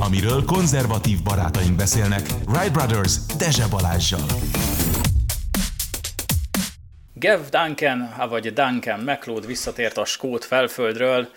amiről konzervatív barátaink beszélnek. Wright Brothers Dezse Balázssal. Gav Duncan, vagy Duncan MacLeod visszatért a skót felföldről,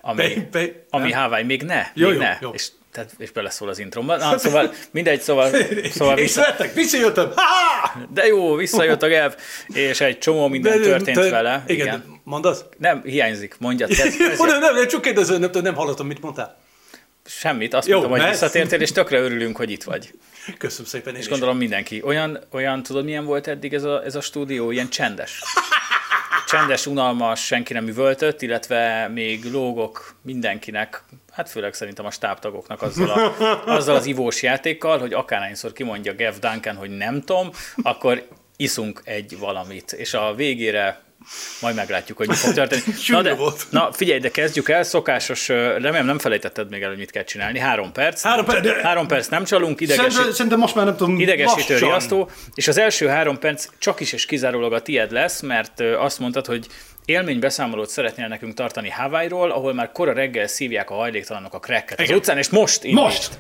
ami Hawaii még ne. Jó. És beleszól az intromba. Na, szóval mindegy, szóval visszajöttem! De jó, visszajött a Gav, és egy csomó minden történt vele. Igen. Mondasz? Nem, hiányzik, mondjad. Nem, csak kérdező, nem hallottam, mit mondtál. Semmit, azt mondtam, hogy visszatértél, és tökre örülünk, hogy itt vagy. Köszönöm szépen. És gondolom mindenki. Olyan, tudod, milyen volt eddig ez a stúdió? Ilyen csendes. Csendes, unalmas, senki nem üvöltött, illetve még lógok mindenkinek, hát főleg szerintem a stábtagoknak azzal az ivós játékkal, hogy akárhányszor kimondja Gav Duncan, hogy nem tudom, akkor iszunk egy valamit. És a végére majd meglátjuk, hogy mi fog történni. Na figyelj, de kezdjük el, szokásos, remélem nem felejtetted még el, hogy mit kell csinálni. 3 perc. 3 perc nem csalunk, szerintem most már nem tudom. Idegesítő riasztó, és az első 3 perc csak is és kizárólag a tied lesz, mert azt mondtad, hogy élménybeszámolót szeretnél nekünk tartani Hawaiiról, ahol már kora reggel szívják a hajléktalanok a cracket az utcán, és most indít. Most!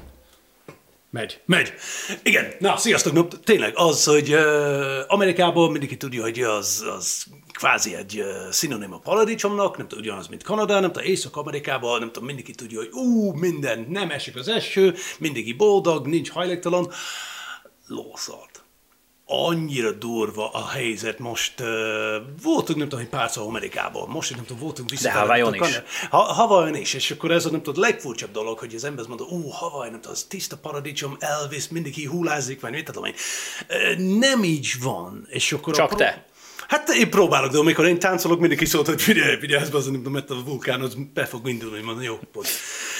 Megy. Igen, na, sziasztok, no, tényleg az, hogy Amerikában mindenki tudja, hogy az kvázi egy szinonim a paradicsomnak, nem tudom, ugyanaz, mint Kanada, nem tudom, Észak-Amerikában, nem tudom, mindenki tudja, hogy minden, nem esik az eső, mindenki boldog, nincs hajléktalan. Lószart. Annyira durva a helyzet most. Voltunk, nem tudom, egy párszor Amerikában, most nem tudom, voltunk vissza. De Hawaiion is. Hawaiion is, és akkor ez a nem tudom, legfurcsább dolog, hogy az ember azt mondja, Hawaii, nem tudom, az tiszta paradicsom, Elvis, mindenki hullázik, vagy mit tudom én. Nem így van. És akkor csak te. Hát én próbálok, de amikor én táncolok, mindenki szólt, hogy figyelj, mert a vulkán az be fog indulni, mondom, jó, pont.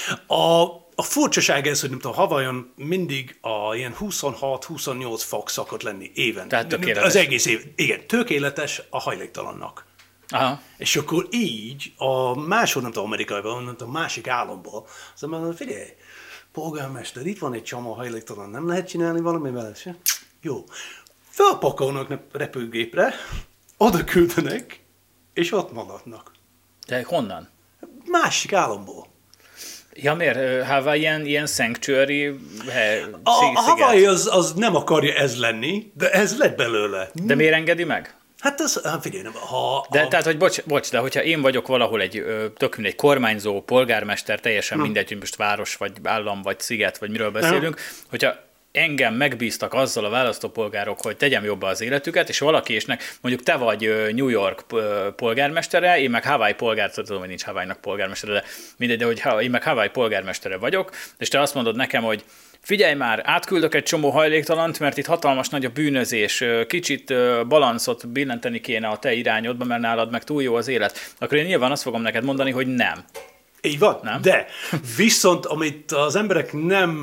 A furcsaság ez, hogy nem tudom, Hawaiion mindig ilyen 26-28 fok szokott lenni éven. Tehát tökéletes. Az egész év. Igen, tökéletes a hajléktalannak. Aha. És akkor így a máshol, nem tudom, Amerikában, nem tudom, másik államból, azt mondom, figyelj, polgármester, itt van egy csomó hajléktalan, nem lehet csinálni valami vele se? Jó. Fölpakolnak repülőgépre, oda küldenek, és ott maradnak. De honnan? Másik államból. Ja, miért? Hawaii ilyen sanctuary A Hawaii az nem akarja ez lenni, de ez lett belőle. De miért engedi meg? Hát figyelj, Tehát, hogy bocs, de hogyha én vagyok valahol egy kormányzó, polgármester, teljesen mindegy, hogy most város, vagy állam, vagy sziget, vagy miről beszélünk, hogyha engem megbíztak azzal a választópolgárok, hogy tegyem jobba az életüket, és valaki mondjuk te vagy New York polgármestere, én meg Hawaii tudom, hogy nincs Hawaiinak polgármestere, de mindegy, de hogy én meg Hawaii polgármestere vagyok, és te azt mondod nekem, hogy figyelj már, átküldök egy csomó hajléktalant, mert itt hatalmas nagy a bűnözés, kicsit balanszot billenteni kéne a te irányodba, mert nálad meg túl jó az élet. Akkor én nyilván azt fogom neked mondani, hogy nem. Így van, nem? De viszont amit az emberek nem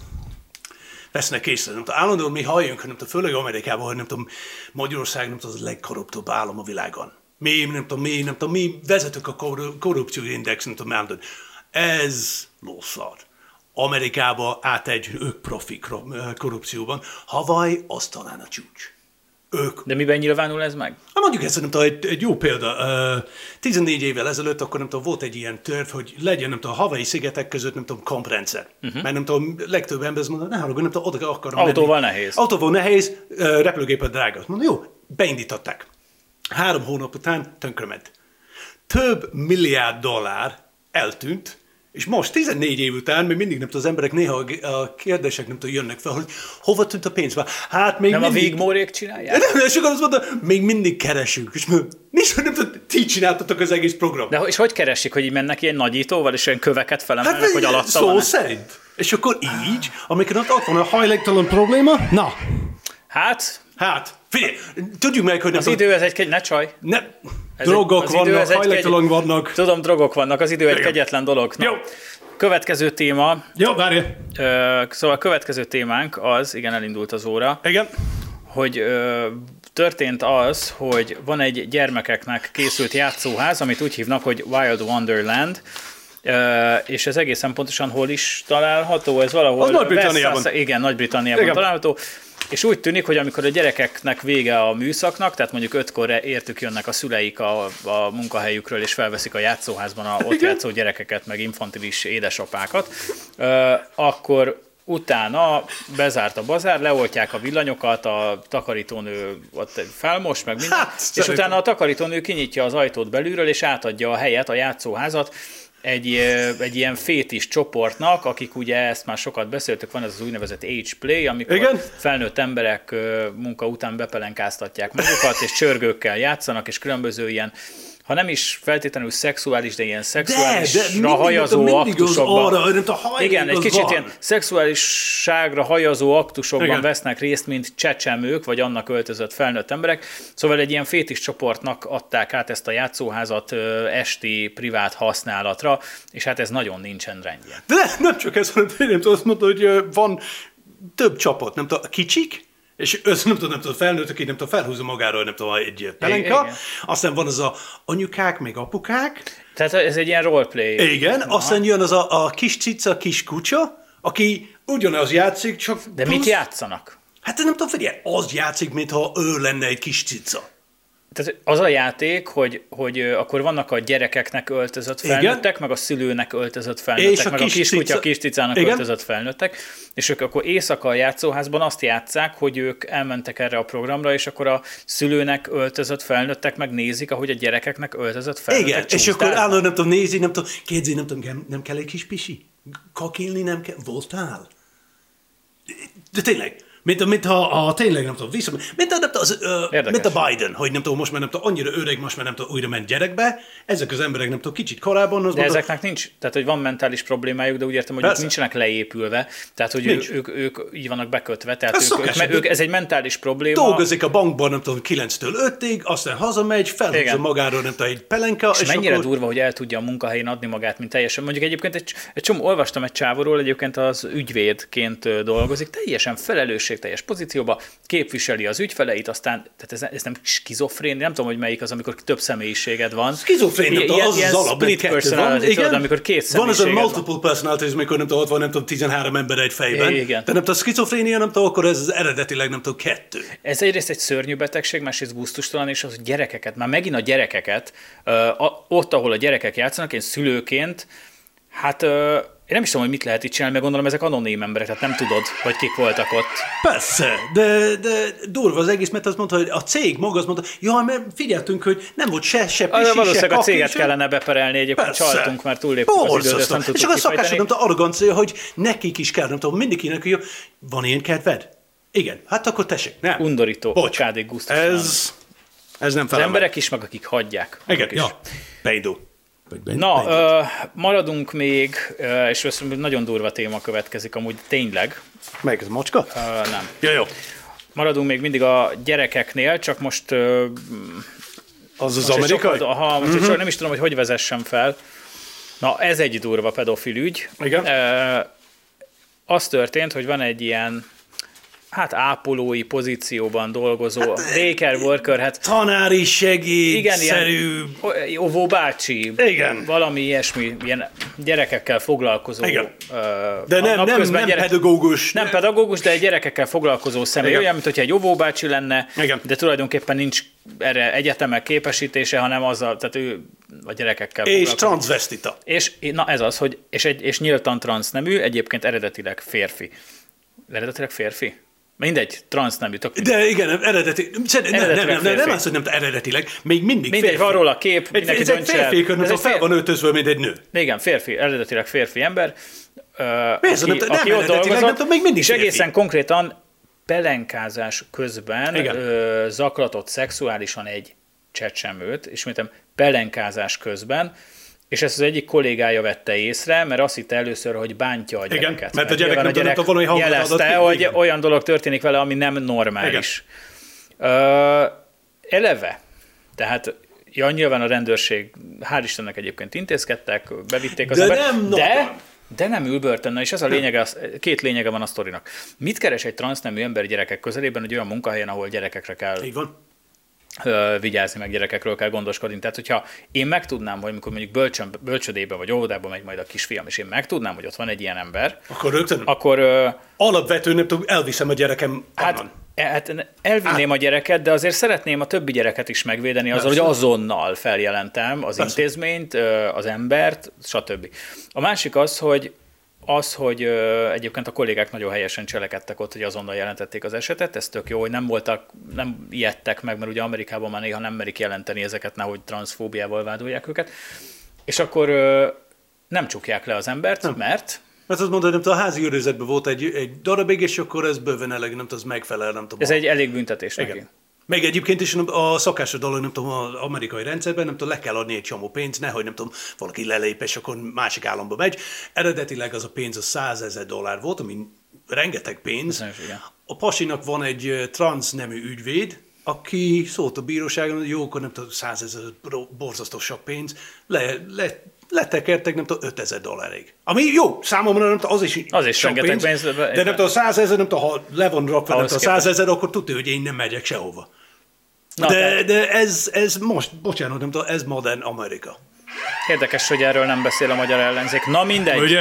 vesznek észre, nem tudom, állandóan mi halljunk, nem tudom, főleg Amerikában, hogy nem tudom, Magyarország nem tudom, az a legkorruptabb állam a világon. Mi vezetünk a korrupcióindex, nem tudom, állandóan. Ez lószar. Amerikába ők profi korrupcióban. Hawaii az talán a csúcs. De miben nyilvánul ez meg? Hát mondjuk ezt, nem tudom, egy jó példa. 14 évvel ezelőtt akkor nem tudom, volt egy ilyen terv, hogy legyen, nem tudom, a Hawaii szigetek között, nem tudom, komprendszer. Mert nem tudom, legtöbb ember azt mondta, ne haragudj, nem tudom, oda akarom Autóval menni. nehéz. Autóval nehéz, repülőgépet drága. Mondom, jó, beindították. 3 hónap után tönkrement. Több milliárd dollár eltűnt, és most 14 év után még mindig nem tudom, az emberek néha a kérdések nem tudom, jönnek fel, hogy hova tűnt a pénz? Hát még nem mindig... a Vigmorék csinálják? Nem, és akkor azt mondta, még mindig keresünk. És nem tudom, ti csináltatok az egész program. De és hogy keresik, hogy így mennek ilyen nagyítóval, és olyan köveket felemelnek, hát, hogy alatta szó van? szerint. És akkor így, amikor ott van a hajléktalan probléma, na. Hát, figyelj, tudjuk meg, hogy... Az idő, ez ne csaj. Drogok vannak, hajléktalan vannak. Tudom, drogok vannak, az idő egy kegyetlen dolog. Na. Jó. Következő téma. Jó, várj. Szóval a következő témánk az, igen, elindult az óra. Igen. Hogy történt az, hogy van egy gyermekeknek készült játszóház, amit úgy hívnak, hogy Wild Wonderland. és ez egészen pontosan hol is található? Ez valahol... Az Nagy-Britanniában. Igen, Nagy-Britanniában található. És úgy tűnik, hogy amikor a gyerekeknek vége a műszaknak, tehát mondjuk 5-kor értük jönnek a szüleik a munkahelyükről, és felveszik a játszóházban a ott játszó gyerekeket, meg infantilis édesapákat, akkor utána bezárt a bazár, leoltják a villanyokat, a takarítónő ott felmos, meg minden, és utána a takarítónő kinyitja az ajtót belülről, és átadja a helyet, a játszóházat egy ilyen fétis csoportnak, akik ugye ezt már sokat beszéltük, van ez az úgynevezett age play, amikor felnőtt emberek munka után bepelenkáztatják magukat, és csörgőkkel játszanak, és különböző ilyen, ha nem is feltétlenül szexuális, de ilyen szexuálisra hajazó aktusokban. Igen, egy kicsit ilyen szexuálisságra hajazó aktusokban vesznek részt, mint csecsemők, vagy annak öltözött felnőtt emberek. Szóval egy ilyen fétis csoportnak adták át ezt a játszóházat esti privát használatra, és hát ez nagyon nincsen rendjén. De nem csak ez, hanem én nem tudom, azt mondta, hogy van több csapat, nem tudom, kicsik, és nem tudom, felnőttök, így nem tudom, felhúzza magáról, nem tudom, egy pelenka. Aztán van az a anyukák, meg apukák. Tehát ez egy ilyen roleplay. Igen, aztán jön az a kis cica, kis kutya, aki ugyanaz játszik, csak de plusz... mit játszanak? Hát nem tudom, figyelj, az játszik, mintha ő lenne egy kis cica. Tehát az a játék, hogy akkor vannak a gyerekeknek öltözött felnőttek, meg a szülőnek öltözött felnőttek, meg a kiskutya, kis cicának öltözött felnőttek, és ők akkor éjszaka a játszóházban azt játsszák, hogy ők elmentek erre a programra, és akkor a szülőnek öltözött felnőttek meg nézik, ahogy a gyerekeknek öltözött felnőttek. Igen, és akkor állandóan nem tudom nézni, nem tudom, kérdezni, nem tudom, nem kell egy kis pisi? Kakilni nem kell? Voltál? De tényleg. Mint ha tényleg nem tudom, mint a Biden, hogy nem tudom, most már nem tudom, annyira öreg, most már nem tudom, újra ment gyerekbe, ezek az emberek nem tudom, kicsit korábban. De ezeknek nincs, tehát hogy van mentális problémájuk, de úgy értem, hogy ők nincsenek leépülve, tehát hogy ők így vannak bekötve, tehát ez egy mentális probléma. Dolgozik a bankban, nem tudom, 9-től 5-ig, aztán hazamegy, felhúzza magáról, nem tudom, egy pelenka. És mennyire akkor... durva, hogy el tudja a munkahelyén adni magát, mint teljesen. Mondjuk egyébként egy csomó, olvastam egy csávóról, egyébként az ügyvédként dolgozik, teljesen felelősségteljes pozícióba, képviseli az ügyfeleit, aztán, tehát ez nem skizofrén, nem tudom, hogy melyik az, amikor több személyiséged van. Skizofrén, nem tudom, az alap, split personality, tudod, amikor két személyiséged van. Van az a multiple personality, amikor nem tudom, ott van, nem tudom, 13 ember egy fejben. Igen. De nem tudom, skizofrénia, nem tudom, akkor ez eredetileg, nem tudom, 2. Ez egyrészt egy szörnyű betegség, másrészt gusztustalan, és az gyerekeket, már megint a gyerekeket, ott, ahol a gyerekek játszanak, én szülőként, hát... Én nem is tudom, hogy mit lehet itt csinálni, mert gondolom ezek anonim emberek, tehát nem tudod, hogy kik voltak ott. Persze, de durva az egész, mert azt mondta, hogy a cég maga azt mondta, jaj, mert figyeltünk, hogy nem volt se pisi, valószínűleg a céget kellene beperelni, egyébként csaltunk, mert túlléptük az időt, ezt nem tudtuk kifejteni. És akkor a szakásod, nem tudom, arrogancia, hogy nekik is kell, nem tudom, mindenkinek, hogy van ilyen kedved? Igen, hát akkor tessék, nem. Undorító, kádék gusztustalan. Ez nem fel. Az emberek is, meg akik hagyják. Igen, ja, beindul. Na, maradunk még, és nagyon durva téma következik, amúgy tényleg. Melyik ez a macska? Nem. Jó. Maradunk még mindig a gyerekeknél, csak most... az amerikai? Most nem is tudom, hogy vezessem fel. Na, ez egy durva pedofil ügy. Igen. Az történt, hogy van egy ilyen... ápolói pozícióban dolgozó, daycare worker, tanári segédszerű, óvóbácsi, valami ilyesmi, ilyen gyerekekkel foglalkozó. De nem pedagógus. Nem pedagógus, de egy gyerekekkel foglalkozó személy. Olyan, mint hogyha egy óvóbácsi lenne, de tulajdonképpen nincs erre egyetemek képesítése, hanem azzal, tehát ő a gyerekekkel foglalkozik. És transzvestita. Na ez az, hogy és nyíltan transznemű, egyébként eredetileg férfi. Eredetileg férfi? Mindegy, transznemű. De igen, eredetileg. Nem az, hogy nem eredetileg, még mindig férfi. Mindegy, van róla kép, mindenki döntse el. Ez egy férfi, fel van öltözve, mint egy nő. Igen, férfi, eredetileg férfi ember, aki ott dolgozott, még mindig és egészen konkrétan pelenkázás közben zaklatott szexuálisan egy csecsemőt, és mondtam, pelenkázás közben, és ezt az egyik kollégája vette észre, mert azt hitte először, hogy bántja a gyereket. Igen, mert a gyerek jelezte, hogy olyan dolog történik vele, ami nem normális. Eleve, tehát nyilván a rendőrség, hál' Istennek egyébként intézkedtek, bevitték az embert, de nem ül börtönben, és ez a lényege, két lényege van a sztorinak. Mit keres egy transznemű ember gyerekek közelében egy olyan munkahelyen, ahol gyerekekre kell vigyázni, meg gyerekekről kell gondoskodni. Tehát, hogyha én megtudnám, hogy amikor mondjuk bölcsödébe vagy óvodába megy majd a kisfiam, és én megtudnám, hogy ott van egy ilyen ember, akkor rögtön akkor alapvetően nem tudom, elviszem a gyerekem onnan. Hát elvinném a gyereket, de azért szeretném a többi gyereket is megvédeni azzal, hogy azonnal feljelentem az intézményt, az embert, stb. A másik az, hogy egyébként a kollégák nagyon helyesen cselekedtek ott, hogy azonnal jelentették az esetet, ez tök jó, hogy nem ijedtek meg, mert ugye Amerikában már néha nem merik jelenteni ezeket, nehogy transzfóbiával vádolják őket, és akkor nem csukják le az embert, mert... Mert azt mondod, nem tudom, a házi őrizetben volt egy darabig, és akkor ez bőven elég, nem tudom, az megfelel, nem tudom. Ez egy elég büntetés neki. Igen. Meg egyébként is a szakásra dolog, nem tudom, az amerikai rendszerben, nem tudom, le kell adni egy csomó pénzt, nehogy nem tudom, valaki lelép, és akkor másik államba megy. Eredetileg az a pénz a $100,000 volt, ami rengeteg pénz. A pasinak van egy transznemű ügyvéd, aki szólt a bíróságon, hogy jó, akkor nem tudom, $100,000 borzasztó sok pénz, letekertek, nem tudom, $5,000. Ami jó, számomra nem tudom, az is rengeteg pénz, de nem tudom, $100,000, nem tudom, ha le van rakva, nem tudom, $100,000, akkor tudja, hogy én nem megyek sehova. De ez most, bocsánat, nem tudom, ez modern Amerika. Érdekes, hogy erről nem beszél a magyar ellenzék. Na mindegy. Ugye?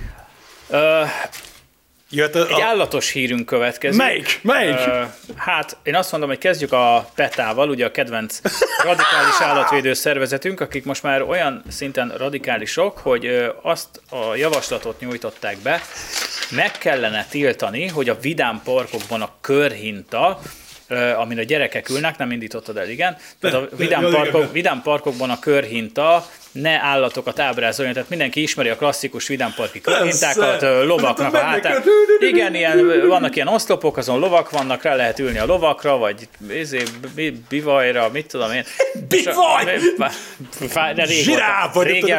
Egy állatos hírünk következik. Melyik? Hát én azt mondom, hogy kezdjük a PETA-val, ugye a kedvenc radikális állatvédő szervezetünk, akik most már olyan szinten radikálisok, hogy azt a javaslatot nyújtották be, meg kellene tiltani, hogy a vidám parkokban a körhinta, amin a gyerekek ülnek, nem indítottad el, igen. Tehát a vidám parkokban a körhinta ne állatokat ábrázoljon, tehát mindenki ismeri a klasszikus vidámparki körhintákat, lovaknak a hátán. Igen, vannak ilyen oszlopok, azon lovak vannak, rá lehet ülni a lovakra, vagy bivajra, mit tudom én. Bivaj! Zsiráf, vagy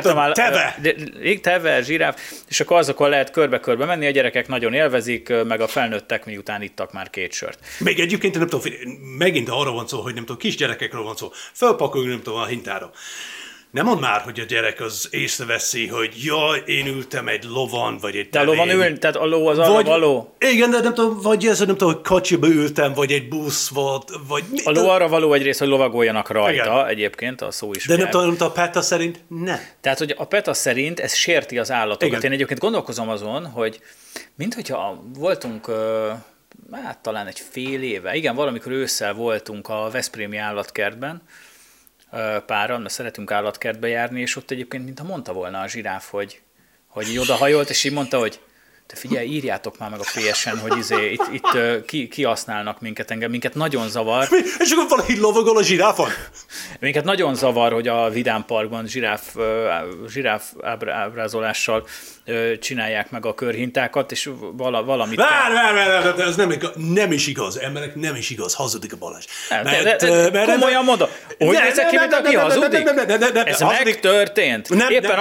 teve, zsiráf, és akkor azokon lehet körbe-körbe menni, a gyerekek nagyon élvezik, meg a felnőttek miután ittak már 2 sört. Még egyébként nem tudom, megint arra van szó, hogy nem tudom, kisgyerekekről van szó, felpakoljuk, nem tudom, a hintára. Nem mondd már, hogy a gyerek az észreveszi, hogy jaj, én ültem egy lovan, vagy egy tevén. De a lovon ülni, tehát a ló az arra való? Igen, de nem tudom, vagy ez, nem tudom, hogy kocsiba ültem, vagy egy busz volt, vagy... A ló arra való egyrészt, hogy lovagoljanak rajta, igen. Egyébként a szó is. De nem tudom, a PETA szerint nem. Tehát, hogy a PETA szerint ez sérti az állatokat. Igen. Én egyébként gondolkozom azon, hogy minthogyha voltunk... hát talán egy fél éve, igen, valamikor ősszel voltunk a veszprémi állatkertben, páran, mert szeretünk állatkertbe járni, és ott egyébként, mintha mondta volna a zsiráf, hogy így odahajolt, és így mondta, hogy te figyelj, írjátok már meg a PSN, hogy itt kihasználnak minket nagyon zavar. És akkor valaki lovagol a zsiráfon? Minket nagyon zavar, hogy a Vidám Parkban zsiráf ábrázolással csinálják meg a körhintákat, és valamit... Várj, ez nem is igaz, emberek nem is igaz, hazudik a Balázs. Komolyan mondom, úgy nézek ki, mint aki hazudik? Ez megtörtént. Éppen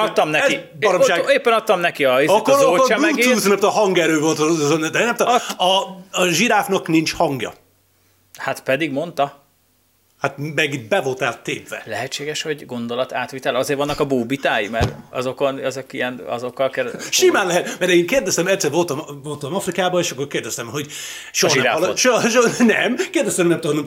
adtam neki a zócsemegét. A hangerő volt, de nem tudom, a zsiráfnak nincs hangja. Hát pedig mondta. Hát meg itt be voltál tépve. Lehetséges, hogy gondolat átvitel. Azért vannak a bóbitái, mert azokkal kell... Simán lehet, mert én kérdeztem, egyszer voltam Afrikában, és akkor kérdeztem, hogy kérdeztem, nem tudom,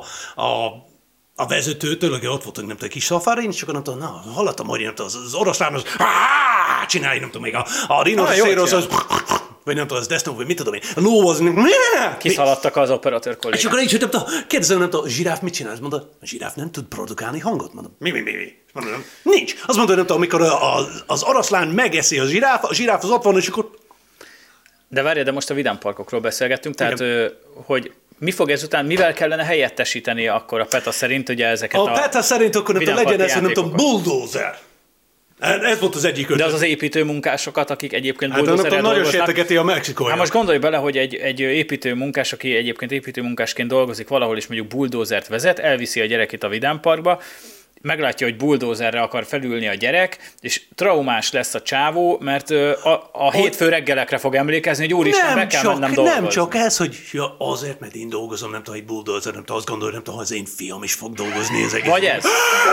a vezetőtől, aki ott volt, nem tudom, kis szafarin, és akkor nem tudom, hallottam, hogy nem tudom, az oroszlán az csinálj, nem tudom, még a rinoszérosz az... vagy nem tudom, az desznó, vagy mit tudom én. A ló az... Kiszaladtak az operatőr kollégák. És akkor én is, nem tudom, kérdezem, nem tudom, a zsiráf mit csinál? Mondta, a zsiráf nem tud produkálni hangot. Mondom, mi? Mondom, nincs. Azt mondta, nem tudom, amikor az oroszlán megeszi a zsiráf az ott van, és akkor... De várj, de most a Vidám Parkokról beszélgettünk, tehát, hogy mi fog ezután, mivel kellene helyettesíteni akkor a PETA szerint, ugye ezeket a PETA szerint akkor nem legyen ez, nem tudom, bulldozer. Ez volt az egyik ötlet. De az az építőmunkásokat, akik egyébként buldózerrel dolgoznak. Nagyon sértegeti a mexikóiak. Hát most gondolj bele, hogy egy építőmunkás, aki egyébként építőmunkásként dolgozik valahol, és mondjuk buldózert vezet, elviszi a gyerekét a Vidám Parkba, meglátja, hogy buldózerre akar felülni a gyerek, és traumás lesz a csávó, mert a hétfő reggelekre fog emlékezni, hogy úristen, be kell mennem dolgozni. Nem csak ez, hogy azért, mert én dolgozom, nem tudom, hogy buldózer, nem tudom, azt gondolom, nem tudom, hogy az én fiam is fog dolgozni ezeket. Vagy ez?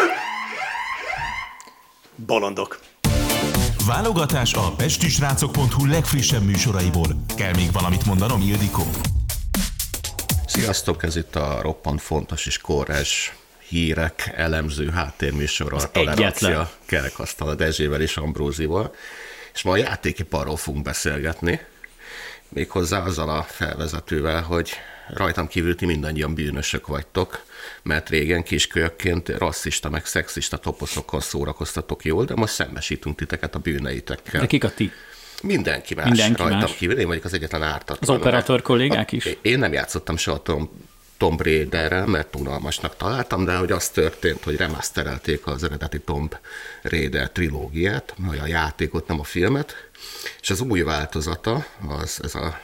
Balandok. Válogatás a pestisrácok.hu legfrissebb műsoraiból. Kell még valamit mondanom, Ildikó? Sziasztok, ez itt a roppant fontos és korrás hírek elemző háttérműsor, a Tolerancia kerekasztal a Dezsével és Ambrózival, és ma a játékiparról fogunk beszélgetni, méghozzá azzal a felvezetővel, hogy rajtam kívül ti mindannyian bűnösök vagytok, mert régen kiskölyökként rasszista meg szexista toposzokkal szórakoztatok jól, de most szembesítünk titeket a bűneitekkel. De kik a ti? Mindenki más rajtam kívül, én vagyok az egyetlen ártatlan. Az operatőr kollégák is? Én nem játszottam soha Tomb Raiderrel, mert unalmasnak találtam, de hogy az történt, hogy remasterelték az eredeti Tomb Raider trilógiát, a játékot, nem a filmet, és az új változata, ez a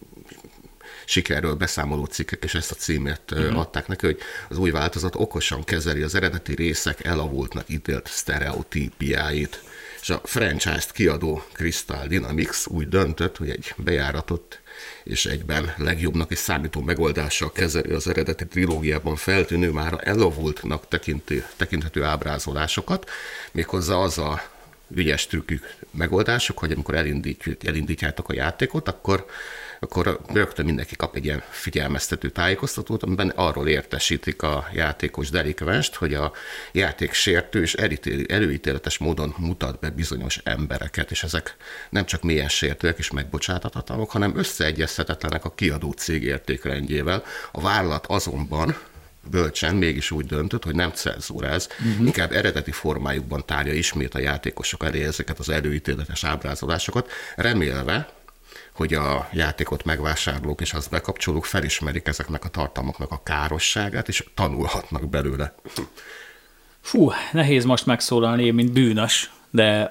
sikerről beszámoló cikkek, és ezt a címét adták neki, hogy az új változat okosan kezeli az eredeti részek elavultnak ítélt sztereotípiáit. És a franchise-t kiadó Crystal Dynamics úgy döntött, hogy egy bejáratott és egyben legjobbnak és számító megoldással kezeli az eredeti trilógiában feltűnő, már elavultnak tekinthető ábrázolásokat, méghozzá az a ügyes trükkű megoldások, hogy amikor elindítjátok a játékot, akkor rögtön mindenki kap egy ilyen figyelmeztető tájékoztatót, amiben arról értesítik a játékos delikvenst, hogy a játék sértő és előítéletes módon mutat be bizonyos embereket, és ezek nem csak mélyen sértőek és megbocsátathatóak, hanem összeegyezhetetlenek a kiadó cég értékrendjével. A vállalat azonban bölcsen mégis úgy döntött, hogy nem cenzúráz, inkább eredeti formájukban tárja ismét a játékosok elé ezeket az előítéletes ábrázolásokat, remélve, hogy a játékot megvásárlók és azt bekapcsolók felismerik ezeknek a tartalmaknak a károsságát, és tanulhatnak belőle. Fú, nehéz most megszólalni, én mint bűnös, de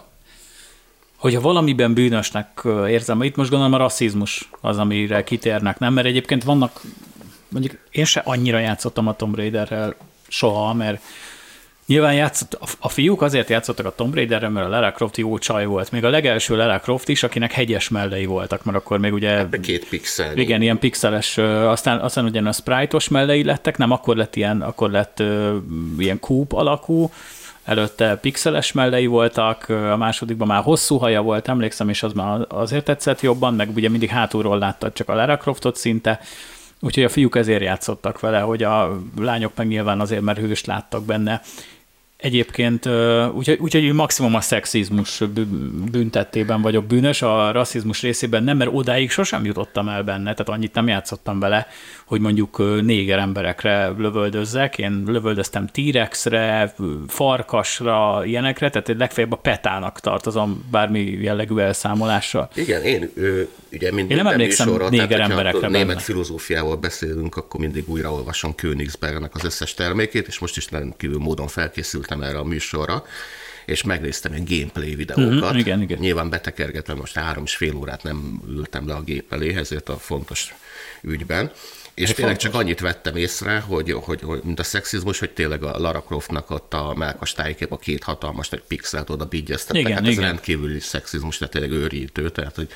hogyha valamiben bűnösnek érzem, itt most gondolom a rasszizmus az, amire kitérnek, nem? Mert egyébként vannak, mondjuk én se annyira játszottam a Tomb Raiderrel soha, mert nyilván a fiúk azért játszottak a Tomb Raiderrel, mert a Lara Croft jó csaj volt. Még a legelső Lara Croft is, akinek hegyes mellei voltak, mert akkor még ugye... Ebbe 2 pixel. Igen, ilyen pixeles, aztán ugyan a sprite-os mellei lettek, nem, akkor lett ilyen kúp alakú, előtte pixeles mellei voltak, a másodikban már hosszú haja volt, emlékszem, és az már azért tetszett jobban, meg ugye mindig hátulról láttad csak a Lara Croftot szinte, úgyhogy a fiúk ezért játszottak vele, hogy a lányok meg nyilván azért, mert hőst láttak benne. Egyébként, úgyhogy maximum a szexizmus büntettében vagyok bűnös, a rasszizmus részében nem, mert odáig sosem jutottam el benne, tehát annyit nem játszottam vele, hogy mondjuk néger emberekre lövöldözzek. Én lövöldöztem T-rexre, farkasra, ilyenekre, tehát legfeljebb a petának tartozom bármi jellegű elszámolásra. Igen, én nem emlékszem néger emberekre benne. Német filozófiával beszélünk, akkor mindig újraolvasom Königsbergnek az összes termékét, és most is rendkívül módon felkészültem erre a műsorra, és megnéztem egy gameplay videókat. Igen. Nyilván betekergetve most 3,5 órát nem ültem le a gép elé, ezért a fontos ügyben. És tényleg csak annyit vettem észre, hogy mint a szexizmus, hogy tényleg a Lara Croftnak ott a mellkas tájékép a 2 hatalmas nagy pixelt oda bigyeztettek. Hát ez rendkívüli szexizmus, de tényleg őrítő, tehát hogy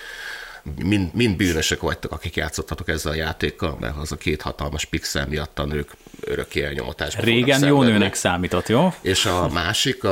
mind bűnösök vagytok, akik játszottatok ezzel a játékkal, mert az a 2 hatalmas pixel miatt a nők örökké elnyomotásba régen jó nőnek számított, jó? És a másik,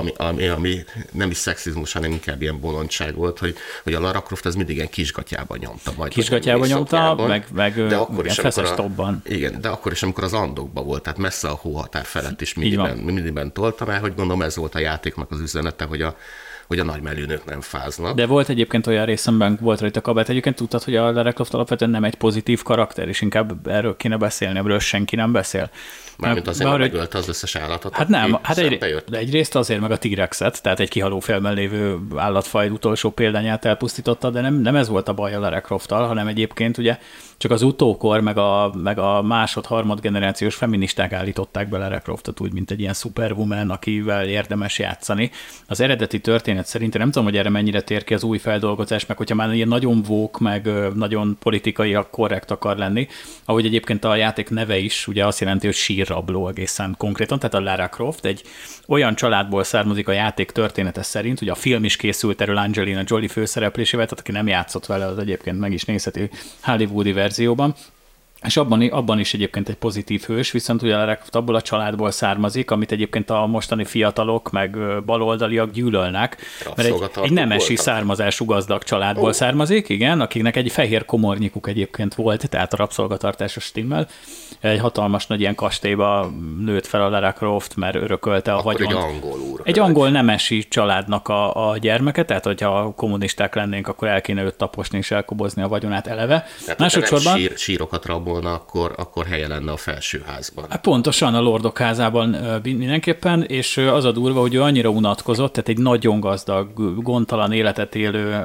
ami nem is szexizmus, hanem inkább ilyen bolondság volt, hogy a Lara Croft az mindig ilyen kisgatyában nyomta. Kisgatyában nyomta, meg de akkor is, feszes topban. Igen, de akkor is, amikor az andokban volt, tehát messze a hóhatár felett is mindiben toltam el, hogy gondolom ez volt a játéknak az üzenete, hogy a nagymelű nők nem fáznak. De volt egyébként olyan részemben, volt rajta kabát. Egyébként tudtad, hogy a Lara Croft alapvetően nem egy pozitív karakter, és inkább erről kéne beszélni, ebből senki nem beszél. Mármint azért, mert megölte az összes állatot. Hát nem, de egyrészt azért meg a T-rexet, tehát egy kihaló félben lévő állatfaj utolsó példányát elpusztította, de nem ez volt a baj a Lara Crofttal, hanem egyébként ugye csak az utókor, meg a másod-harmad generációs feministák állították be Lara Croftot úgy, mint egy ilyen superwoman, akivel érdemes játszani. Az eredeti történet szerint, nem tudom, hogy erre mennyire tér ki az új feldolgozás, meg hogyha már ilyen nagyon woke, meg nagyon politikai korrekt akar lenni, ahogy egyébként a játék neve is, ugye azt jelenti, hogy sírrabló egészen konkrétan, tehát a Lara Croft egy olyan családból származik a játék története szerint, hogy a film is készült erről Angelina Jolie főszereplésével, tehát aki nem játszott vele, az egyébként meg is nézheti hollywoodi verzióban, És abban is egyébként egy pozitív hős, viszont ugye Lara Croft abból a családból származik, amit egyébként a mostani fiatalok meg baloldaliak gyűlölnek, mert egy nemesi származású gazdag családból származik, igen, akiknek egy fehér komornyikuk egyébként volt, tehát a rabszolgatartásos stimmel. Egy hatalmas nagy ilyen kastélyba nőtt fel a Lara Croft, mert örökölte a vagyont. Egy angol úr. Egy angol nemesi családnak a gyermeke, tehát hogyha kommunisták lennénk, akkor el kéne őt taposni és elkobozni a vagyonát eleve. Tehát másodszorban sírokat rabolna, akkor helye lenne a felsőházban. Pontosan a Lordok házában mindenképpen, és az a durva, hogy ő annyira unatkozott, tehát egy nagyon gazdag, gondtalan életet élő,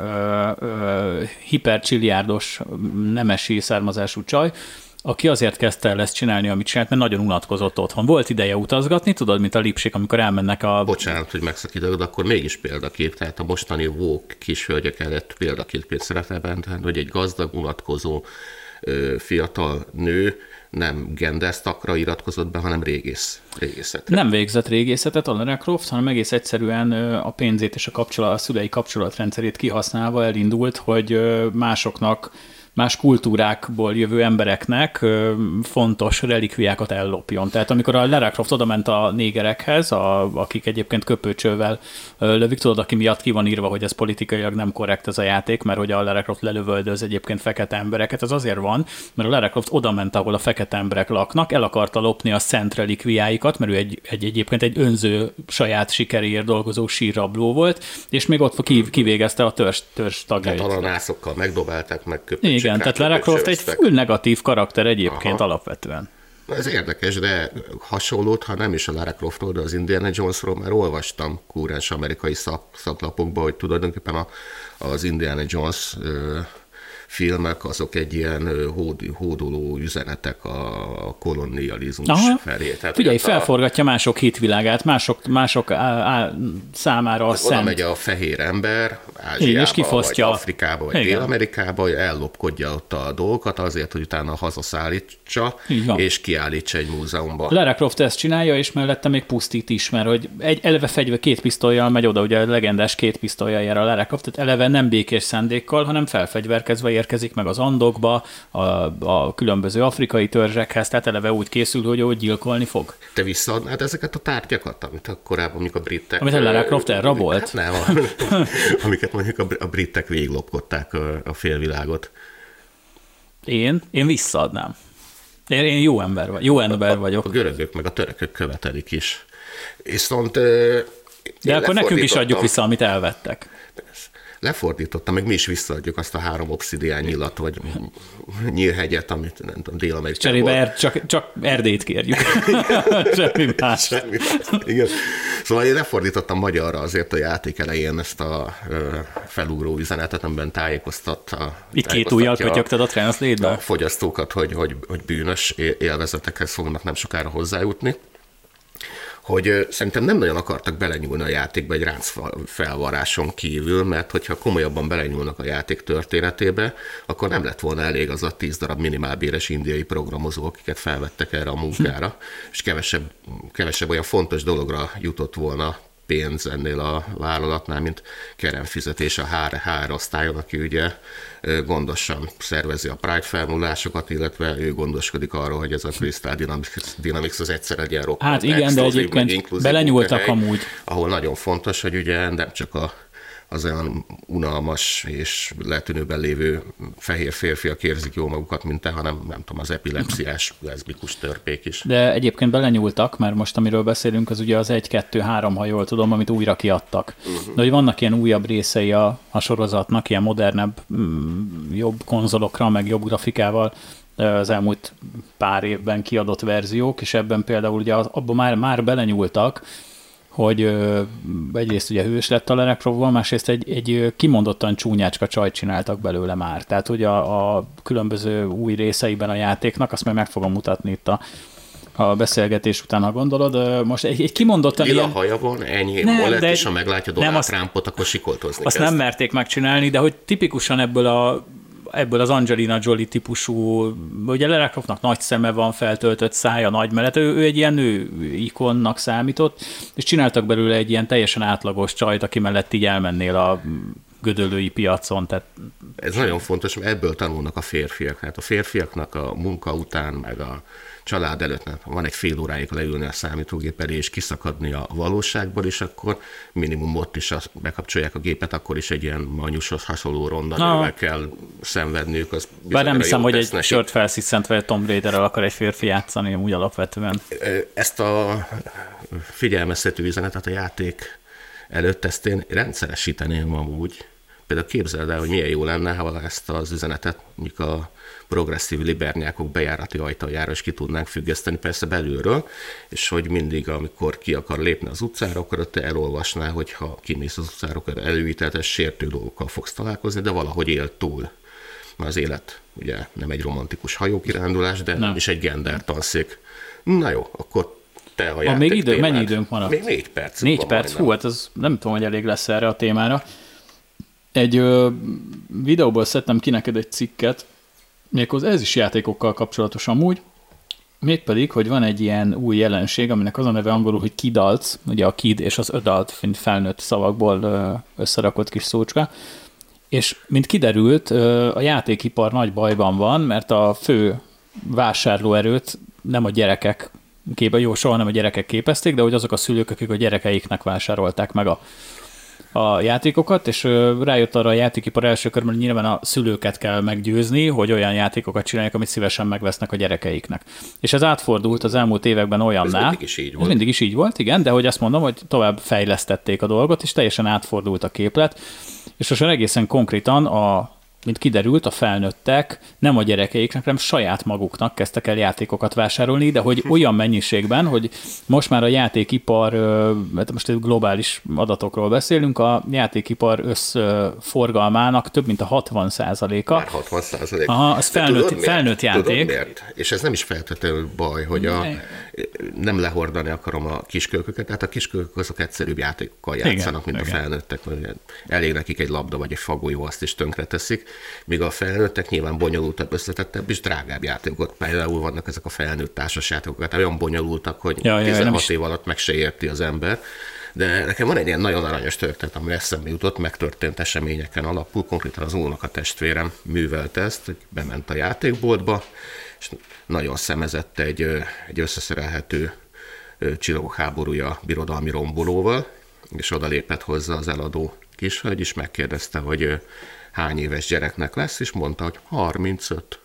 hipercsiliárdos nemesi származású csaj, aki azért kezdte el ezt csinálni, amit csinált, mert nagyon unatkozott otthon. Volt ideje utazgatni, tudod, mint a lipsik, amikor elmennek a... Bocsánat, hogy megszakítok, de akkor mégis példakép, tehát a mostani woke kishölgyek előtt példaképként szerepelben, tehát hogy egy gazdag, unatkozó fiatal nő nem genderszakra iratkozott be, hanem régészetre. Nem végzett régészetet a Lara Croft, hanem egész egyszerűen a pénzét és a szülei kapcsolatrendszerét kihasználva elindult, hogy más kultúrákból jövő embereknek fontos relikviákat ellopjon. Tehát amikor a Lara Croft odament a négerekhez, akik egyébként köpőcsővel lövik, tudod, aki miatt ki van írva, hogy ez politikailag nem korrekt ez a játék, mert hogy a Lara Croft lelövöldöz egyébként fekete embereket, ez azért van, mert a Lara Croft odament, ahol a fekete emberek laknak, el akarta lopni a szent relikviáikat, mert ő egyébként egy önző saját sikeréért dolgozó sírrabló volt, és még ott kivégezte a törzs tagjait. Tehát alanászokkal megdobálták, megköpöcsök. Igen, tehát Lara Croft egy full negatív karakter egyébként alapvetően. Ez érdekes, de hasonlót, ha nem is a Lara Croftról, de az Indiana Jonesról már olvastam kúrens amerikai szaklapokban, hogy tulajdonképpen az Indiana Jones filmek, azok egy ilyen hódoló üzenetek a kolonializmus felé. Tehát, figyelj, felforgatja mások hitvilágát, mások számára a szent. Oda megy a fehér ember Ázsiába, vagy Afrikába, vagy Dél-Amerikába, ellopkodja ott a dolgokat azért, hogy utána hazaszállítsa, és kiállítsa egy múzeumba. Lara Croft ezt csinálja, és mellette még pusztít is, mert hogy eleve fegyve 2 pisztollyal megy oda, ugye a legendás 2 pisztollyal jár a Lara Croft, tehát eleve nem békés szándékkal, hanem felfegyverkezve érkezik meg az Andokba, a különböző afrikai törzsekhez, tehát eleve úgy készül, hogy ő gyilkolni fog. Te visszaadnád ezeket a tárgyakat, amit korábban mondjuk a britek... Amit a Lara Croft elrabolt? Hát nem, amiket mondjuk a britek végiglopkodták a félvilágot. Én visszaadnám. Én jó ember vagyok. A görögök meg a törökök követelik is. Viszont... De akkor nekünk is adjuk vissza, amit elvettek. Lefordítottam, meg mi is visszaadjuk azt a 3 obszidián nyilat, vagy nyírhegyet, amit nem tudom, Dél-Amerikában. Cserébe csak Erdélyt kérjük. Semmi más. Igen. Szóval én lefordítottam magyarra azért a játék elején ezt a felugró üzenetet, amiben tájékoztatta. Itt 2 ujjal kötyögted a translate-be? A fogyasztókat, hogy bűnös élvezetekhez fognak nem sokára hozzájutni. Hogy szerintem nem nagyon akartak belenyúlni a játékba egy ránc felvaráson kívül, mert hogyha komolyabban belenyúlnak a játék történetébe, akkor nem lett volna elég az a 10 darab minimálbéres indiai programozó, akiket felvettek erre a munkára, és kevesebb olyan fontos dologra jutott volna pénz ennél a vállalatnál, mint keremfizetés a HR osztályon, aki ugye gondosan szervezi a Pride felmúlásokat, illetve ő gondoskodik arról, hogy ez a Crystal Dynamics az egyszer legyen roppant. Hát igen, de egyébként belenyúltak amúgy. Ahol nagyon fontos, hogy ugye nem csak az olyan unalmas és letűnőben lévő fehér férfiak érzik jól magukat, mint te, hanem nem tudom, az epilepsziás, leszbikus törpék is. De egyébként belenyúltak, mert most amiről beszélünk, az ugye az 1-2-3, ha jól tudom, amit újra kiadtak. De hogy vannak ilyen újabb részei a sorozatnak, ilyen modernebb, jobb konzolokra, meg jobb grafikával az elmúlt pár évben kiadott verziók, és ebben például ugye abban már belenyúltak, hogy egyrészt ugye hős lett a Lara Croftból, másrészt egy kimondottan csúnyácska csajt csináltak belőle már. Tehát, hogy a különböző új részeiben a játéknak, azt meg fogom mutatni itt a beszélgetés után, ha gondolod. Most egy kimondottan... Lila haja van, enyhén molett, és ha meglátja Donald Trumpot, akkor sikoltozni azt kezd. Nem merték megcsinálni, de hogy tipikusan ebből az Angelina Jolie típusú, ugye Lara Croftnak nagy szeme van, feltöltött szája, nagy mellett, ő egy ilyen nő ikonnak számított, és csináltak belőle egy ilyen teljesen átlagos csajt, aki mellett így elmennél a gödöllői piacon, tehát Ez nagyon fontos, mert ebből tanulnak a férfiak. Hát a férfiaknak a munka után, meg a család előtt van egy fél óráig leülni a számítógép elé, és kiszakadni a valóságból, és akkor minimum ott is bekapcsolják a gépet, akkor is egy ilyen manyushoz hasonló rondanővel kell szenvedniük. Bár nem hiszem, hogy egy sört felsziszentve egy Tomb Raiderrel akar egy férfi játszani, úgy alapvetően. Ezt a figyelmeztető üzenetet a játék előtt ezt én rendszeresíteném amúgy. Például képzeld el, hogy milyen jó lenne, ha ezt az üzenetet mondjuk a progresszív libernyákok bejárati ajtajára is ki tudnánk függeszteni, persze belülről, és hogy mindig, amikor ki akar lépni az utcára, akkor te elolvasnál, hogy ha kimész az utcára, akkor előítéletes sértő dolgokkal fogsz találkozni, de valahogy él túl. Mert az élet ugye nem egy romantikus hajókirándulás, de nem is egy gendertanszék. Na jó, akkor te a játék még témád. Mennyi időnk maradt? Még 4 perc. 4 perc? Hú, hát az nem tudom, hogy elég lesz erre a témára. Egy videóból szedtem ki neked egy cikket, méghozzá ez is játékokkal kapcsolatos amúgy, mégpedig, hogy van egy ilyen új jelenség, aminek az a neve angolul, hogy kidults, ugye a kid és az adult, mint felnőtt szavakból összerakott kis szócska, és mint kiderült, a játékipar nagy bajban van, mert a fő vásárlóerőt nem a gyerekek soha nem a gyerekek képezték, de hogy azok a szülők, akik a gyerekeiknek vásárolták meg a játékokat, és rájött arra a játékipar első körben, hogy nyilván a szülőket kell meggyőzni, hogy olyan játékokat csinálják, amit szívesen megvesznek a gyerekeiknek. És ez átfordult az elmúlt években olyanná. Ez mindig is így volt. Ez mindig is így volt, igen, de hogy azt mondom, hogy tovább fejlesztették a dolgot, és teljesen átfordult a képlet, és most egészen konkrétan mint kiderült, a felnőttek nem a gyerekeiknek, hanem saját maguknak kezdtek el játékokat vásárolni, de hogy olyan mennyiségben, hogy most már a játékipar, most egy globális adatokról beszélünk, a játékipar összforgalmának több mint a 60%-a. Már 60%. Aha, az felnőtt játék. Tudod miért? És ez nem is feltétlenül baj, hogy nem lehordani akarom a kiskölköket, tehát a kiskölkök azok egyszerűbb játékokkal játszanak, mint a felnőttek. Elég nekik egy labda vagy egy fagolyó, azt is tönkreteszik. Míg a felnőttek nyilván bonyolultabb, összetettebb és drágább játékok. Például vannak ezek a felnőtt társas játékok, hát olyan bonyolultak, hogy 16 év alatt meg se érti az ember. De nekem van egy ilyen nagyon aranyos történet, ami eszembe jutott, megtörtént eseményeken alapul. Konkrétan az unokatestvérem művelte ezt, hogy bement a játékboltba, és nagyon szemezett egy összeszerelhető Csillagok háborúja birodalmi rombolóval, és oda lépett hozzá az eladó kishölgy, és megkérdezte, hogy hány éves gyereknek lesz, és mondta, hogy 35.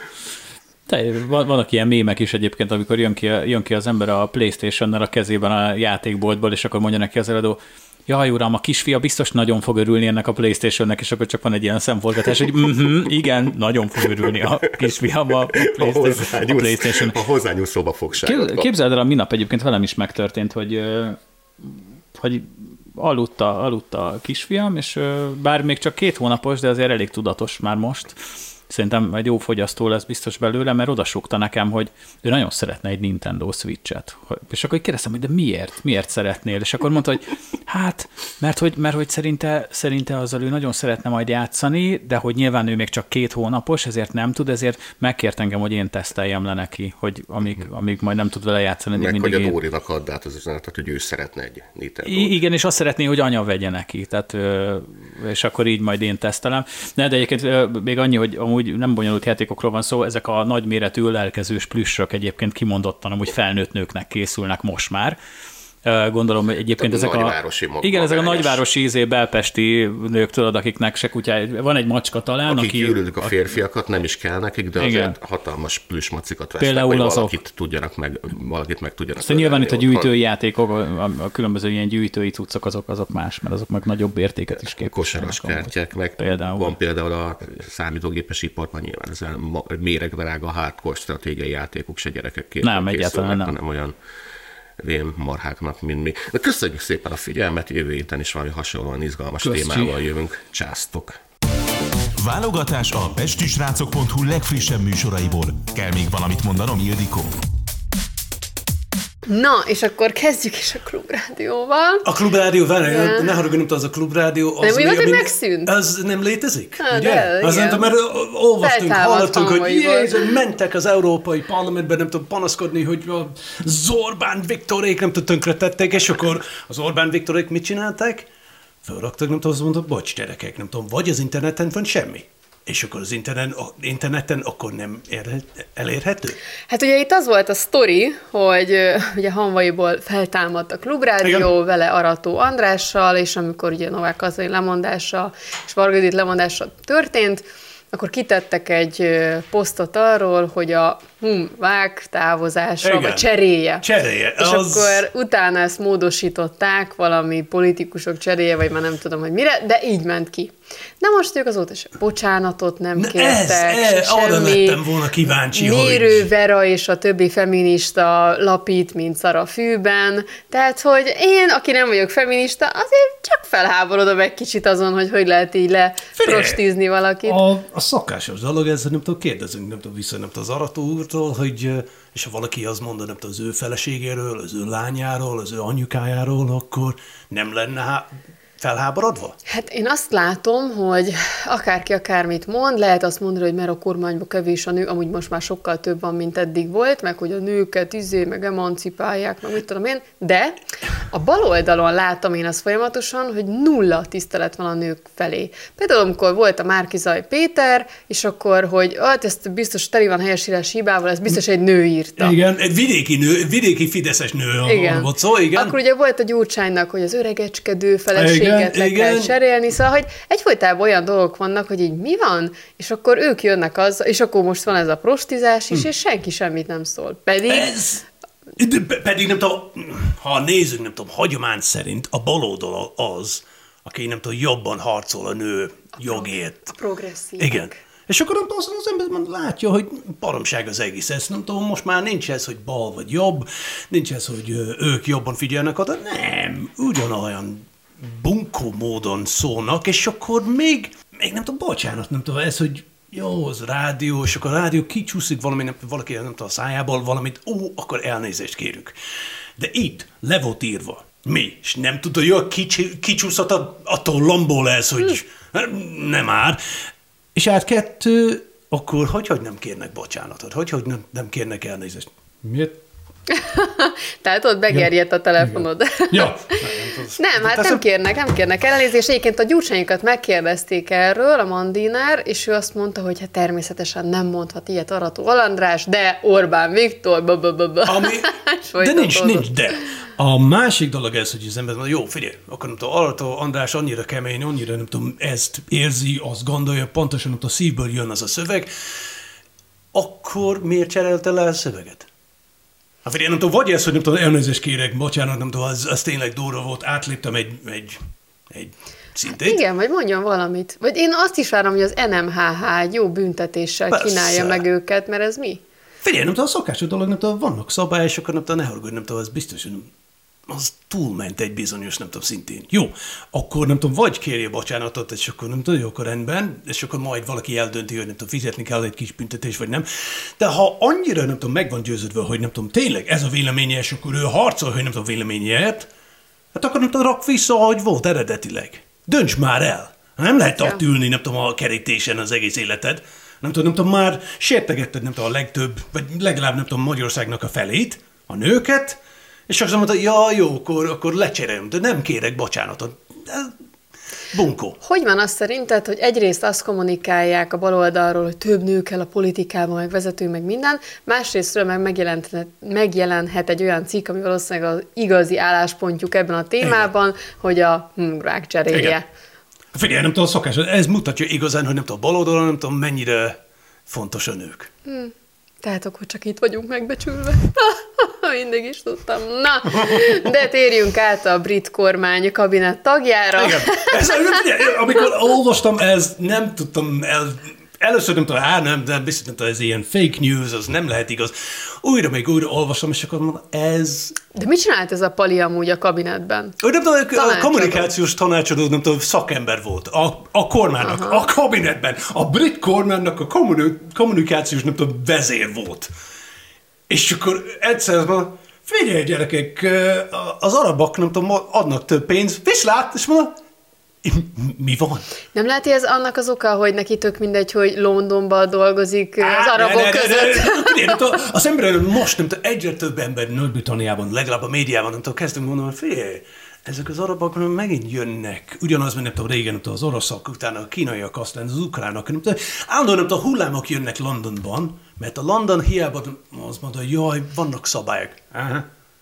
Vannak ilyen mémek is egyébként, amikor jön ki az ember a PlayStation-nel a kezében a játékboltból, és akkor mondja neki az eladó, jaj uram, a kisfia biztos nagyon fog örülni ennek a PlayStation-nek, és akkor csak van egy ilyen szemforgatás, hogy igen, nagyon fog örülni a kisfiam a PlayStation. A hozzányúlszóba fogságot. Képzeld el, a minap egyébként velem is megtörtént, hogy aludt a kisfiam, és bár még csak 2 hónapos, de azért elég tudatos már most. Szerintem egy jó fogyasztó lesz biztos belőle, mert odasúgta nekem, hogy ő nagyon szeretne egy Nintendo Switch-et. És akkor kérdeztem, hogy de miért szeretnél? És akkor mondta, hogy hát, mert hogy szerinte azzal ő nagyon szeretne majd játszani, de hogy nyilván ő még csak 2 hónapos, ezért nem tud, ezért megkért engem, hogy én teszteljem le neki, hogy amíg majd nem tud vele játszani. Meg hogy a Dórinak add át az üzenetet, hogy ő szeretne egy Nintendo. Igen, és azt szeretné, hogy anya vegye neki, tehát, és akkor így majd én tesztelem. De egyébként még annyi, hogy amúgy nem bonyolult játékokról van szó, ezek a nagyméretű ölelkezős plüssök egyébként kimondottan amúgy felnőtt nőknek készülnek most már. Gondolom, hogy egyébként ezek ezek a nagyvárosi belpesti nők, tudod, akiknek se kutyája, van egy macska talán, akik gyűlölik a férfiakat, nem is kell nekik, de azért hatalmas plüssmacikat vesznek, például hogy valakit meg tudjanak. Aztán nyilván itt a gyűjtői játékok, a különböző ilyen gyűjtői cuccok, azok más, mert azok meg nagyobb értéket is képviselnek. Kosaras kártyák, meg van például a számítógépes iparban nyilván ez a méregdrága hardcore stratégiai játékok se gyerekek nem, egyáltalán nem. Hanem olyan vén marháknak, mint mi. De köszönjük szépen a figyelmet, jövő héten is valami hasonlóan izgalmas témával jövünk. Császtok! Válogatás a pestisrácok.hu legfrissebb műsoraiból. Kell még valamit mondanom, Ildikó? Na, és akkor kezdjük is a Klubrádióval. A Klubrádió, ne haragudj, az a Klubrádió. Nem úgy volt, hogy megszűnt? Az nem létezik, ugye? De, az nem tudom, mert olvastunk, hallottunk, hogy mentek az Európai Parlamentben, nem tudom, panaszkodni, hogy a Orbán Viktorék nem tudom, tönkretették, és akkor az Orbán Viktorék mit csinálták? Fölraktak, nem tudom, azt mondta, bocs, gyerekek, nem tudom, vagy az interneten van semmi. És akkor az interneten akkor nem elérhető? Hát ugye itt az volt a sztori, hogy ugye Hanvaiból feltámadt a Klubrádió, igen, vele Arató Andrással, és amikor ugye Novák Katalin lemondása és Varga Judit lemondása történt, akkor kitettek egy posztot arról, hogy a Vák távozása, igen, vagy cseréje. És akkor utána ezt módosították, valami politikusok cseréje, vagy már nem tudom, hogy mire, de így ment ki. De most ők azóta sem bocsánatot nem kértek, arra lettem volna kíváncsi, Mérő hogy... Vera és a többi feminista lapít, mint szar a fűben. Tehát, hogy én, aki nem vagyok feminista, azért csak felháborodom egy kicsit azon, hogy lehet így leprostizni valakit. A szokásos dolog, ezzel nem tudom, kérdezünk, nem tudom, vissza, nem tudom, az Arató úrtól, hogy, és ha valaki azt mondja, nem tudom, az ő feleségéről, az ő lányáról, az ő anyukájáról, akkor nem lenne felháborodva? Hát én azt látom, hogy akárki akármit mond, lehet azt mondani, hogy mert a kormányban kevés a nő, amúgy most már sokkal több van, mint eddig volt, meg hogy a nőket meg emancipálják, meg mit tudom én, de a bal oldalon látom én azt folyamatosan, hogy nulla tisztelet van a nők felé. Például amikor volt a Márki-Zay Péter, és akkor, hogy ezt biztos teli van helyesírás hibával, ez biztos egy nő írta. Igen, egy vidéki fideszes nő volt szó, igen. Akkor ugye volt a Gyurcsánynak, hogy az öregecskedő feleség, le kell cserélni, szóval, hogy egyfolytában olyan dolgok vannak, hogy így mi van, és akkor ők jönnek azzal, és akkor most van ez a prostizás is, és senki semmit nem szól. Pedig nem tudom, ha nézzük, nem tudom, hagyomány szerint a baloldal az, aki nem tudom, jobban harcol a nő jogért. A progresszívek. Igen. És akkor nem tudom, az ember látja, hogy baromság az egész. Ezt nem tudom, most már nincs ez, hogy bal vagy jobb, nincs ez, hogy ők jobban figyelnek oda. Nem, ugyanolyan bunkó módon szólnak, és akkor még nem tudom, bocsánat, nem tudom, ez, hogy jó, az rádió, és akkor a rádió kicsúszik valaki nem tudom, a szájából valamit, akkor elnézést kérünk. De itt le volt írva. Mi? És nem tudod, hogy jó, kicsúszott attól lombból ez, hogy nem már. És kettő, akkor hogy nem kérnek bocsánatot? Hogy nem kérnek elnézést? Miért? Tehát ott begerjedt a telefonod. Ja. Nem, hát nem kérnek elnézést. Egyébként a Gyurcsányokat megkérdezték erről, a Mandinár, és ő azt mondta, hogy hát természetesen nem mondhat ilyet Arató András, de Orbán Viktor, de nincs, de. A másik dolog ez, hogy az ember mondja, jó, figyelj, akkor nem tudom, Arató András annyira kemény, annyira nem tudom, ezt érzi, azt gondolja, pontosan nem tudom, szívből jön az a szöveg, akkor miért cserélte le a szöveget? Hát figyelj, nem tudom, vagy ez, hogy nem tudom, elnézést kérek, bocsánat, nem tudom, az tényleg durva volt, átléptem egy szintét. Igen, vagy mondjon valamit. Vagy én azt is várom, hogy az NMHH egy jó büntetéssel kínálja meg őket, mert ez mi? Figyelj, nem tudom, a szokásos dolog, nem tudom, vannak szabályok, nem tudom, ne haragudj, nem tudom, az biztos, hogy az túlment egy bizonyos, nem tudom, szintén. Jó, akkor nem tudom, vagy kérje bocsánatot, és akkor nem tudom, jó, akkor rendben, és akkor majd valaki eldönti, hogy nem tudom, fizetni kell egy kis büntetés, vagy nem. De ha annyira, nem tudom, meg van győződve, hogy nem tudom, tényleg ez a véleménye, és akkor ő harcol, hogy nem tudom, véleményért, hát akkor nem tudom, rak vissza, ahogy volt eredetileg. Dönts már el. Nem lehet ott ülni, nem tudom, a kerítésen az egész életed. Nem tudom, már sértegetted, nem tudom, a legtöbb, vagy legalább nem tudom, Magyarországnak a felét, a nőket, és azt mondta, ja, jó, akkor lecserélem, de nem kérek bocsánatot. Bunkó. Hogy van azt szerinted, hogy egyrészt azt kommunikálják a baloldalról, hogy több nő kell a politikában, meg vezető, meg minden, másrésztről meg megjelenhet egy olyan cikk, ami valószínűleg az igazi álláspontjuk ebben a témában, igen, hogy a rák cserélje. Igen. Figyelj, nem tudom, szokás, ez mutatja igazán, hogy nem tudom, baloldalon, nem tudom, mennyire fontos a nők. Tehát akkor csak itt vagyunk megbecsülve. Mindig is tudtam. Na, de térjünk át a brit kormány kabinet tagjára. Igen. Amikor olvastam, ez nem tudtam először nem tudom, de biztos nem tudom, ez ilyen fake news, az nem lehet igaz. Újra olvastam, és akkor mondom, ez... De mit csinált ez a Pali amúgy a kabinetben? Nem tudom, a kommunikációs tanácsadó, nem tudom, szakember volt a kormánynak, a kabinetben. A brit kormánynak a kommunikációs, nem tudom, vezér volt. És akkor egyszer mondom, figyelj gyerekek, az arabok, nem tudom, adnak több pénzt, viszlát, és mondom, mi van? Nem lehet, hogy ez annak az oka, hogy neki tök mindegy, hogy Londonban dolgozik az arabok között? Az ember most nem tudom, egyre több ember Nagy-Britanniában, legalább a médiában, nem tudom, kezdünk mondani, figyelj, ezek az arabok megint jönnek, ugyanaz, mint nem tudom, régen, nem tudom, az oroszok, utána a kínaiak, aztán az ukránok, nem tudom, állandóan nem tudom, hullámok jönnek Londonban, mert a London hiába azt mondja, jaj, vannak szabályok. Aha.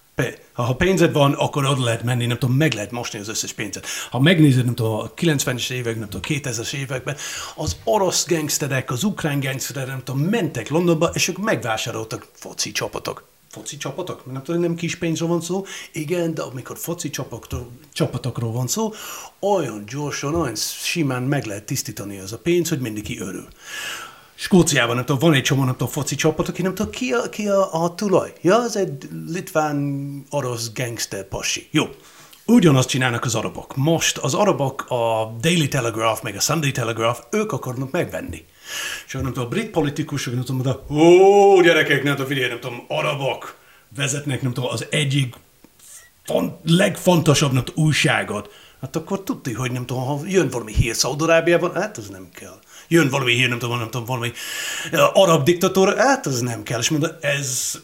Ha pénzed van, akkor oda lehet menni, nem tudom, meg lehet mosni az összes pénzet. Ha megnézed, nem tudom, a 90-es évek, nem tudom, 2000-es években, az orosz gangsterek, az ukrán gangsterek, nem tudom, mentek Londonba, és ők megvásároltak foci csapatok. Foci csapatok? Nem tudom, nem kis pénzről van szó. Igen, de amikor foci csapatokról van szó, olyan gyorsan, olyan simán meg lehet tisztítani az a pénz, hogy mindenki örül. Skóciában, nem tudom, van egy csomó, nem tudom, foci csapat, aki nem tudom, ki a tulaj. Ja, ez egy litván-orosz gangster pasi. Jó. Ugyanazt csinálnak az arabok. Most az arabok, a Daily Telegraph, meg a Sunday Telegraph, ők akarnak megvenni. És nem tudom, a brit politikusok, nem tudom, ó, gyerekek, nem tudom, figyelj, nem tudom, arabok vezetnek, nem tudom, az egyik legfontosabb, nem tudom, újságot. Hát akkor tudti, hogy nem tudom, ha jön valami hír Szaúd-Arábiában, hát az nem kell. Jön valami hír, nem tudom, valami arab diktatúra, hát az nem kell. És mondom, ez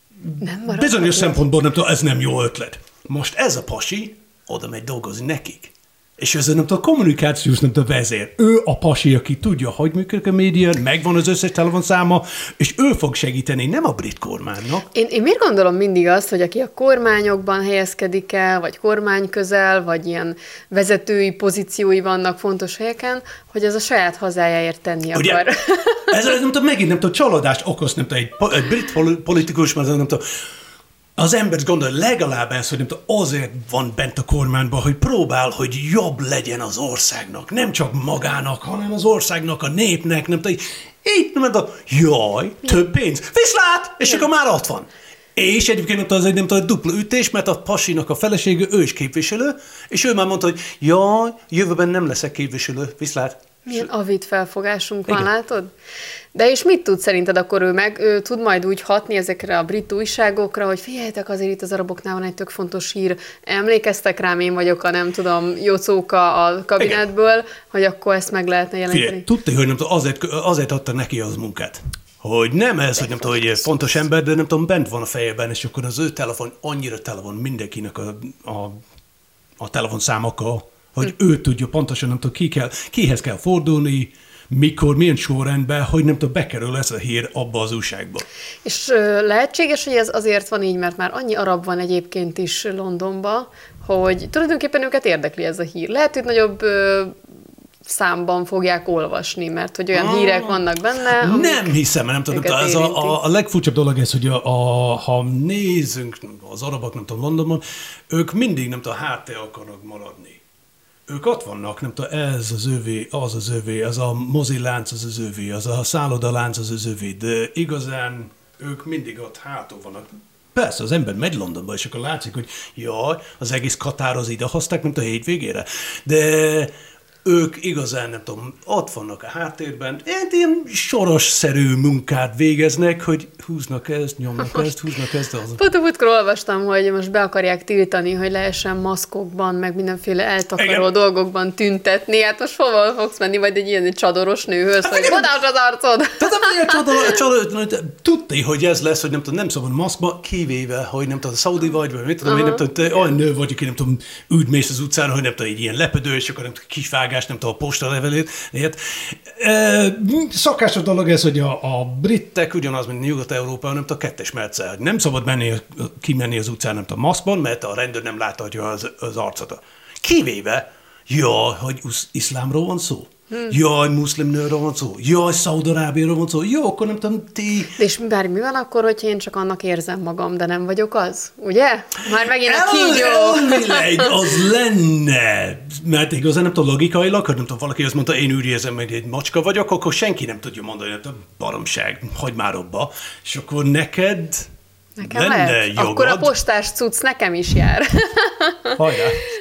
bizonyos szempontból nem tudom, ez nem jó ötlet. Most ez a pasi oda megy dolgozni nekik. És ez nem tudom, a kommunikációs nem tudom, vezér. Ő a pasi, aki tudja, hogy működik a média, megvan az összes telefonszáma, és ő fog segíteni, nem a brit kormánynak. Én miért gondolom mindig azt, hogy aki a kormányokban helyezkedik el, vagy kormány közel, vagy ilyen vezetői pozíciói vannak fontos helyeken, hogy az a saját hazájáért tenni akar. Ugye? Ez nem tudom, megint nem tudom, csalódást okoz, nem tudom, egy brit politikus, mert nem tudom, az ember gondol legalább ez, hogy nem tudom, azért van bent a kormányban, hogy próbál, hogy jobb legyen az országnak. Nem csak magának, hanem az országnak, a népnek, nem tudom, így nem tudom, jaj, több pénz, viszlát, és akkor már ott van. És egyébként az egy dupla ütés, mert a pasinak a felesége, ő is képviselő, és ő már mondta, hogy jaj, jövőben nem leszek képviselő, viszlát. Milyen avid felfogásunk van, látod? De és mit tud szerinted akkor ő tud majd úgy hatni ezekre a brit újságokra, hogy figyeljetek, azért itt az araboknál van egy tök fontos hír, emlékeztek rám, én vagyok a nem tudom, jócóka a kabinetből, igen, hogy akkor ezt meg lehetne jelenteni. Tudta, hogy nem tudom, azért adta neki az munkát. Hogy nem ez, hogy nem tudom, hogy fontos ember, de nem tudom, bent van a fejében, és akkor az ő telefon annyira tele van mindenkinek a telefonszámokkal, hogy ő tudja pontosan, nem tudom, kihez kell fordulni, mikor, milyen sorrendben, hogy nem tudom, bekerül ez a hír abba az újságba. És lehetséges, hogy ez azért van így, mert már annyi arab van egyébként is Londonban, hogy tulajdonképpen őket érdekli ez a hír. Lehet, hogy nagyobb számban fogják olvasni, mert hogy olyan hírek vannak benne. Nem hiszem, nem tudom, ez a legfurcsább dolog ez, hogy ha nézzünk az arabok, nem tudom, Londonban, ők mindig, nem tudom, háttér akarnak maradni. Ők ott vannak, nem tudom, ez az övé, az a mozilánc az övé, az a szállodalánc az övé, de igazán ők mindig ott hátul vannak. Persze, az ember megy Londonba, és akkor látszik, hogy jaj, az egész Katár az ide hozták, mint a hétvégére, de ők igazán, nem tudom, ott vannak a háttérben, ilyen sorosszerű munkát végeznek, hogy húznak ezt, nyomnak ezt, húznak ezt. Múltkor olvastam, hogy most be akarják tiltani, hogy lehessen maszkokban, meg mindenféle eltakaró dolgokban tüntetni. Hát most hova fogsz menni, vagy egy ilyen csadoros nőhöz, hogy mutasd az arcod! Tudti, hogy ez lesz, hogy nem tudom, nem szabad maszkba, kivéve, hogy nem tudom, szaudi vagy mit tudom, nem tudom, te olyan nő vagy, aki nem tudom, úgy mész az utcán, hogy nem tudom, egy ilyen lepedő, és akkor nem tudom, kisvágás, nem tudom, a postalevelét. Szokásos dolog ez, hogy a britek ugyanaz, mint Nyugat-Európa, nem tudom, kettes merce. Nem szabad kimenni az utcán, nem tudom, maszkban, mert a rendőr nem láthatja az arcot. Kivéve, hogy iszlámról van szó. Jaj, muszlim nőről van szó. Jaj, Szaúd-Arábiáról van szó. Jó, akkor nem tudom, ti... De és bármi van akkor, hogyha én csak annak érzem magam, de nem vagyok az? Ugye? Már megint a kígyó. Elvileg az lenne. Mert igazán nem tudom, logikailag, hogy nem tudom, valaki azt mondta, én úgy érzem, hogy egy macska vagyok, akkor senki nem tudja mondani, hogy baromság, hagyd már abba. És akkor neked nekem lenne jogod. Akkor a postás cucc nekem is jár. Hajrá.